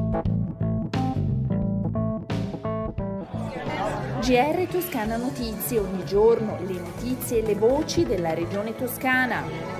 GR Toscana Notizie, ogni giorno le notizie e le voci della regione toscana.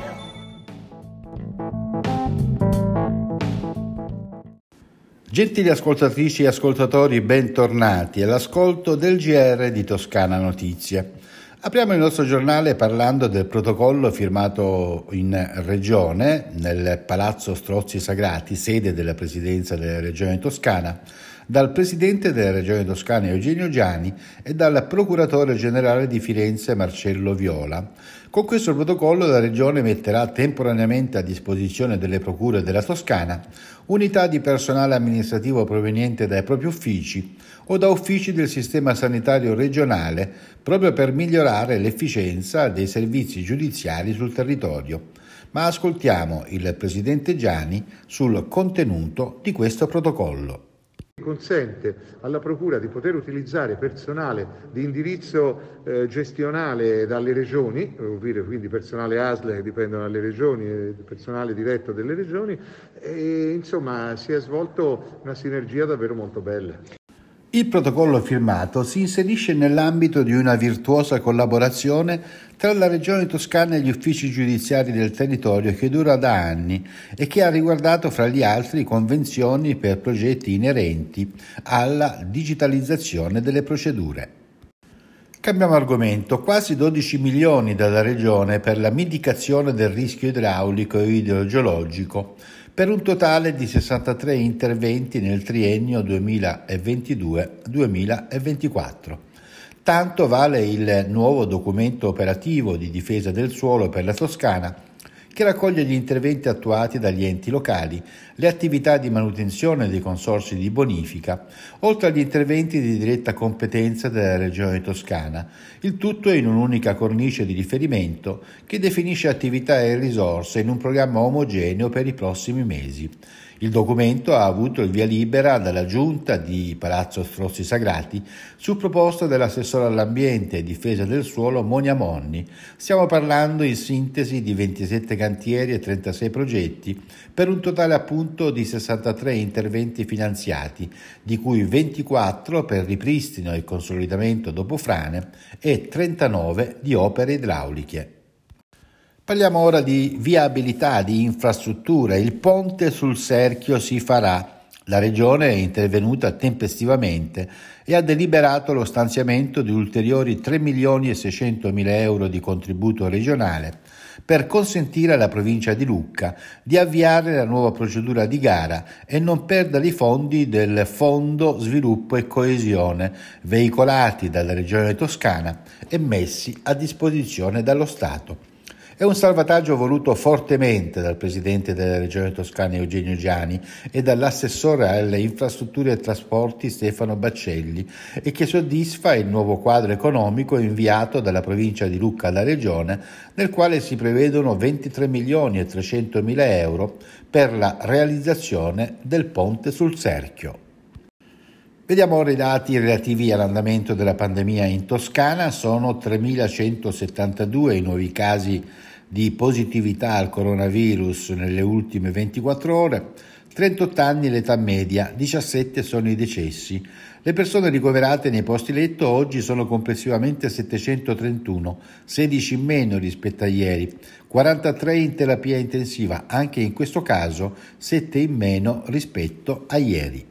Gentili ascoltatrici e ascoltatori, bentornati all'ascolto del GR di Toscana Notizie. Apriamo il nostro giornale parlando del protocollo firmato in regione, nel Palazzo Strozzi Sagrati, sede della Presidenza della Regione Toscana, dal Presidente della Regione Toscana Eugenio Giani e dal Procuratore Generale di Firenze Marcello Viola. Con questo protocollo la Regione metterà temporaneamente a disposizione delle procure della Toscana unità di personale amministrativo proveniente dai propri uffici o da uffici del sistema sanitario regionale proprio per migliorare l'efficienza dei servizi giudiziari sul territorio. Ma ascoltiamo il Presidente Giani sul contenuto di questo protocollo. Consente alla Procura di poter utilizzare personale di indirizzo gestionale dalle regioni, quindi personale ASL che dipendono dalle regioni, personale diretto delle regioni, e insomma si è svolto una sinergia davvero molto bella. Il protocollo firmato si inserisce nell'ambito di una virtuosa collaborazione tra la Regione Toscana e gli uffici giudiziari del territorio che dura da anni e che ha riguardato fra gli altri convenzioni per progetti inerenti alla digitalizzazione delle procedure. Cambiamo argomento. Quasi 12 milioni dalla Regione per la mitigazione del rischio idraulico e idrogeologico, per un totale di 63 interventi nel triennio 2022-2024. Tanto vale il nuovo documento operativo di difesa del suolo per la Toscana, che raccoglie gli interventi attuati dagli enti locali, le attività di manutenzione dei consorzi di bonifica, oltre agli interventi di diretta competenza della Regione Toscana, il tutto in un'unica cornice di riferimento che definisce attività e risorse in un programma omogeneo per i prossimi mesi. Il documento ha avuto il via libera dalla Giunta di Palazzo Strozzi Sagrati su proposta dell'assessore all'ambiente e difesa del suolo Monia Monni. Stiamo parlando in sintesi di 27 cantieri e 36 progetti per un totale appunto di 63 interventi finanziati, di cui 24 per ripristino e consolidamento dopo frane e 39 di opere idrauliche. Parliamo ora di viabilità, di infrastrutture. Il ponte sul Serchio si farà. La Regione è intervenuta tempestivamente e ha deliberato lo stanziamento di ulteriori 3.600.000 euro di contributo regionale per consentire alla provincia di Lucca di avviare la nuova procedura di gara e non perdere i fondi del Fondo Sviluppo e Coesione veicolati dalla Regione Toscana e messi a disposizione dallo Stato. È un salvataggio voluto fortemente dal Presidente della Regione Toscana Eugenio Giani e dall'assessore alle infrastrutture e trasporti Stefano Baccelli e che soddisfa il nuovo quadro economico inviato dalla provincia di Lucca alla Regione, nel quale si prevedono 23.300.000 euro per la realizzazione del ponte sul Serchio. Vediamo ora i dati relativi all'andamento della pandemia in Toscana. Sono 3.172 i nuovi casi di positività al coronavirus nelle ultime 24 ore, 38 anni l'età media, 17 sono i decessi. Le persone ricoverate nei posti letto oggi sono complessivamente 731, 16 in meno rispetto a ieri, 43 in terapia intensiva, anche in questo caso 7 in meno rispetto a ieri.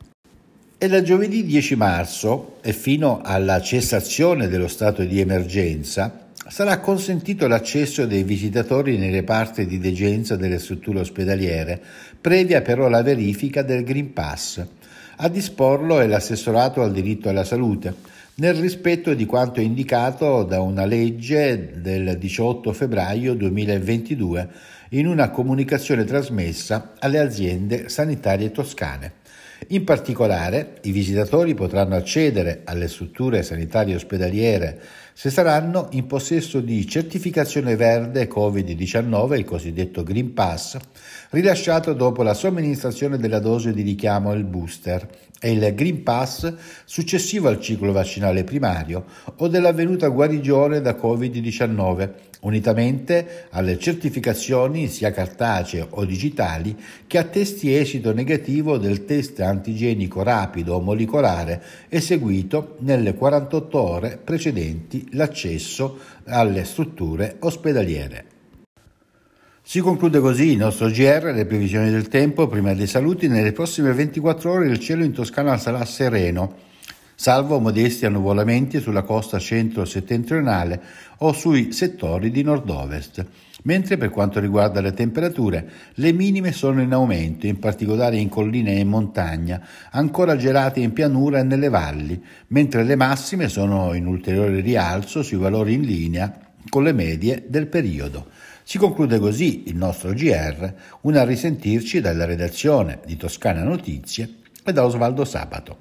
E da giovedì 10 marzo e fino alla cessazione dello stato di emergenza sarà consentito l'accesso dei visitatori nei reparti di degenza delle strutture ospedaliere, previa però la verifica del Green Pass. A disporlo è l'assessorato al diritto alla salute, nel rispetto di quanto indicato da una legge del 18 febbraio 2022 in una comunicazione trasmessa alle aziende sanitarie toscane. In particolare, i visitatori potranno accedere alle strutture sanitarie ospedaliere se saranno in possesso di certificazione verde Covid-19, il cosiddetto Green Pass, rilasciato dopo la somministrazione della dose di richiamo, il booster, e il Green Pass successivo al ciclo vaccinale primario o dell'avvenuta guarigione da Covid-19, unitamente alle certificazioni sia cartacee o digitali che attesti esito negativo del test antigenico rapido o molecolare eseguito nelle 48 ore precedenti l'accesso alle strutture ospedaliere. Si conclude così il nostro GR, le previsioni del tempo. Prima dei saluti, nelle prossime 24 ore il cielo in Toscana sarà sereno, salvo modesti annuvolamenti sulla costa centro-settentrionale o sui settori di nord-ovest. Mentre per quanto riguarda le temperature, le minime sono in aumento, in particolare in collina e in montagna, ancora gelate in pianura e nelle valli, mentre le massime sono in ulteriore rialzo sui valori in linea con le medie del periodo. Si conclude così il nostro GR, a risentirci dalla redazione di Toscana Notizie e da Osvaldo Sabato.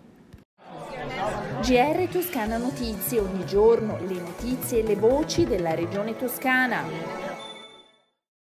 GR Toscana Notizie, ogni giorno le notizie e le voci della regione toscana.